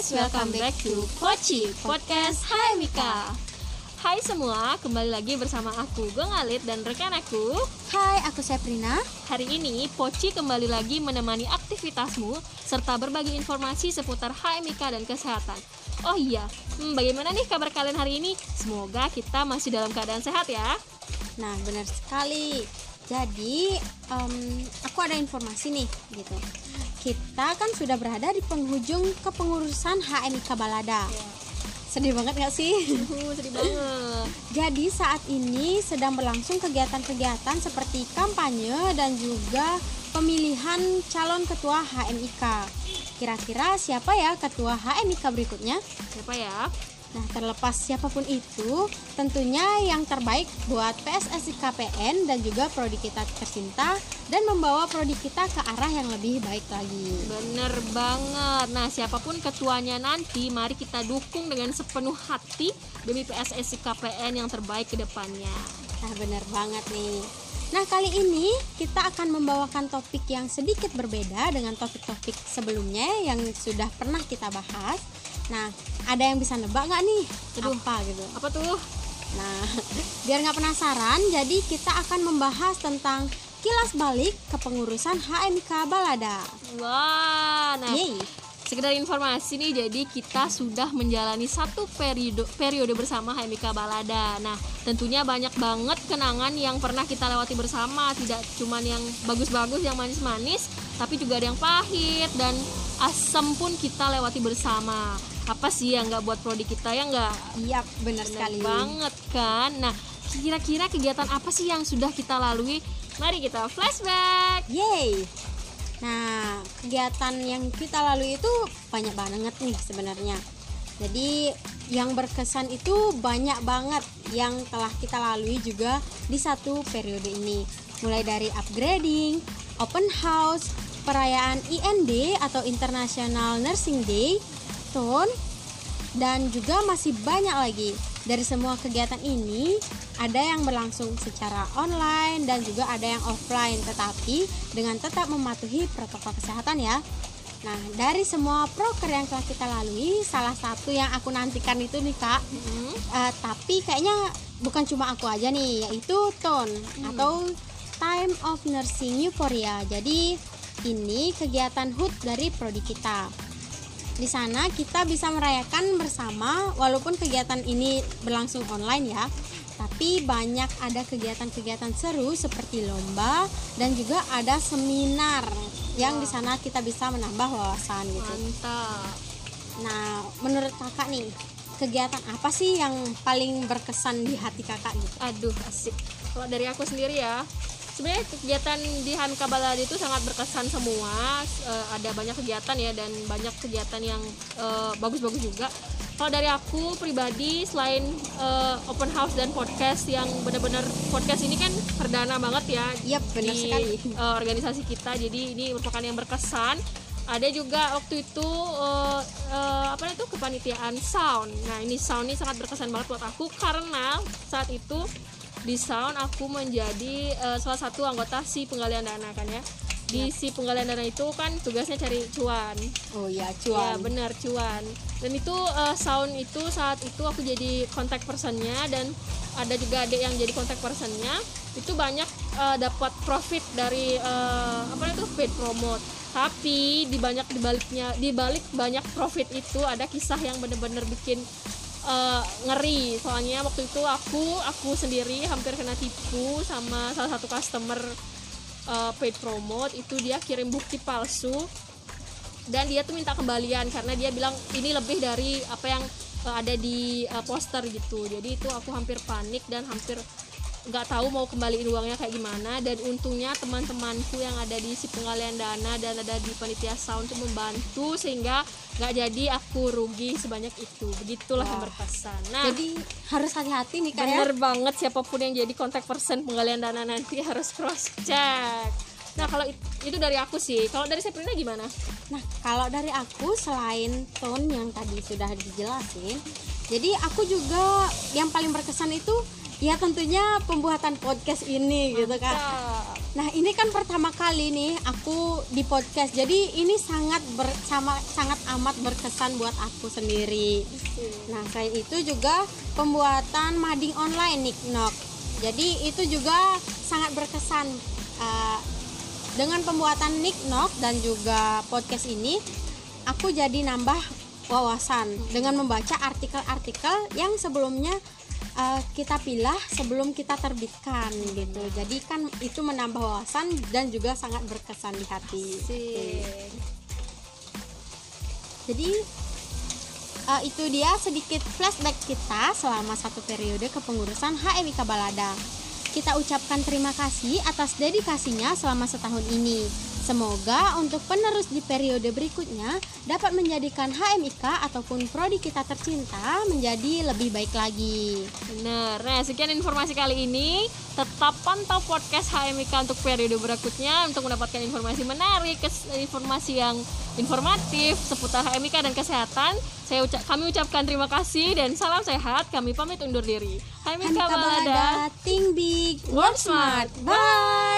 guys, welcome back to Poci Podcast Hai Mika. Hai semua, kembali lagi bersama aku Gong Alit dan rekan aku. Hai, aku Seprina. Hari ini Poci kembali lagi menemani aktivitasmu serta berbagi informasi seputar Hai Mika dan kesehatan. Oh iya, bagaimana nih kabar kalian hari ini? Semoga kita masih dalam keadaan sehat ya. Nah, benar sekali. Jadi, aku ada informasi nih, gitu. Kita kan sudah berada di penghujung kepengurusan HMIK Balada. Sedih banget gak sih? Sedih banget. Jadi saat ini sedang berlangsung kegiatan-kegiatan seperti kampanye dan juga pemilihan calon ketua HMIK. Kira-kira siapa ya ketua HMIK berikutnya? Siapa ya? Nah, terlepas siapapun itu, tentunya yang terbaik buat PSSI KPN dan juga prodi kita tercinta dan membawa prodi kita ke arah yang lebih baik lagi. Bener banget. Nah, siapapun ketuanya nanti, mari kita dukung dengan sepenuh hati demi PSSI KPN yang terbaik ke depannya. Nah, bener banget nih. Nah, kali ini kita akan membawakan topik yang sedikit berbeda dengan topik-topik sebelumnya yang sudah pernah kita bahas. Nah, ada yang bisa nebak gak nih? Apa gitu? Apa tuh? Nah, biar gak penasaran, jadi kita akan membahas tentang kilas balik kepengurusan HMIK Balada. Wah, nah Yeay. sekedar informasi nih, jadi kita sudah menjalani satu periode bersama HMIK Balada. Nah, tentunya banyak banget kenangan yang pernah kita lewati bersama. Tidak cuma yang bagus-bagus, yang manis-manis, tapi juga ada yang pahit dan asam pun kita lewati bersama. Apa sih yang gak buat prodi kita, ya gak? Iya, benar sekali banget kan. Nah, kira-kira kegiatan apa sih yang sudah kita lalui? Mari kita flashback. Yeay. Nah, kegiatan yang kita lalui itu banyak banget nih sebenarnya. Jadi yang berkesan itu banyak banget yang telah kita lalui juga di satu periode ini. Mulai dari upgrading, open house, perayaan IND atau International Nursing Day, TON, dan juga masih banyak lagi. Dari semua kegiatan ini ada yang berlangsung secara online dan juga ada yang offline, tetapi dengan tetap mematuhi protokol kesehatan ya. Nah, dari semua proker yang telah kita lalui, salah satu yang aku nantikan itu nih Kak, tapi kayaknya bukan cuma aku aja nih, yaitu TON atau Time of Nursing Euphoria. Jadi ini kegiatan HUT dari prodi kita. Di sana kita bisa merayakan bersama, walaupun kegiatan ini berlangsung online ya, tapi banyak ada kegiatan-kegiatan seru seperti lomba dan juga ada seminar yang di sana kita bisa menambah wawasan gitu. Mantap. Nah, menurut kakak nih, kegiatan apa sih yang paling berkesan di hati kakak gitu? Aduh, asik. Kalau dari aku sendiri ya, sebenarnya kegiatan di HMIK Balada itu sangat berkesan semua. Ada banyak kegiatan ya, dan banyak kegiatan yang bagus-bagus juga. Kalau dari aku pribadi, selain open house dan podcast yang benar-benar podcast ini kan perdana banget ya. Yap, benar di sekali. Organisasi kita, jadi ini merupakan yang berkesan. Ada juga waktu itu kepanitiaan sound. Nah, ini sound ini sangat berkesan banget buat aku karena saat itu di sound aku menjadi salah satu anggota si penggalian dana kan ya. Di si penggalian dana itu kan tugasnya cari cuan. Oh ya, Ya cuan. benar, cuan. Dan itu sound itu saat itu aku jadi contact personnya, dan ada juga adik yang jadi contact personnya. Itu banyak dapat profit dari paid promote. Tapi di balik banyak profit itu ada kisah yang benar-benar bikin ngeri. Soalnya waktu itu aku sendiri hampir kena tipu sama salah satu customer paid promote. Itu dia kirim bukti palsu dan dia tuh minta kembalian karena dia bilang ini lebih dari apa yang ada di poster gitu. Jadi itu aku hampir panik dan hampir nggak tahu mau kembaliin uangnya kayak gimana. Dan untungnya teman-temanku yang ada di si penggalian dana dan ada di panitia sound tuh membantu sehingga nggak jadi aku rugi sebanyak itu. Begitulah yang berkesan. Nah, jadi harus hati-hati nih Kak ya. bener banget, siapapun yang jadi contact person penggalian dana nanti harus cross check. Nah, kalau itu dari aku sih. Kalau dari Seprina gimana? Nah, kalau dari aku selain tone yang tadi sudah dijelasin, jadi aku juga yang paling berkesan itu ya tentunya pembuatan podcast ini. Mantap. Gitu kan. Nah, ini kan pertama kali nih aku di podcast. Jadi ini sangat amat berkesan buat aku sendiri. Nah, selain itu juga pembuatan mading online Niknok. Jadi itu juga sangat berkesan. Dengan pembuatan Niknok dan juga podcast ini, aku jadi nambah wawasan dengan membaca artikel-artikel yang sebelumnya kita pilih sebelum kita terbitkan gitu. Jadi kan itu menambah wawasan dan juga sangat berkesan di hati. Jadi itu dia sedikit flashback kita selama satu periode kepengurusan HMIK Balada. Kita ucapkan terima kasih atas dedikasinya selama setahun ini. Semoga untuk penerus di periode berikutnya dapat menjadikan HMIK ataupun prodi kita tercinta menjadi lebih baik lagi. Benar. Nah, sekian informasi kali ini. Tetap pantau podcast HMIK untuk periode berikutnya untuk mendapatkan informasi menarik, informasi yang informatif seputar HMIK dan kesehatan. Kami ucapkan terima kasih dan salam sehat. Kami pamit undur diri. HMIK Balada, think big, work smart. Bye.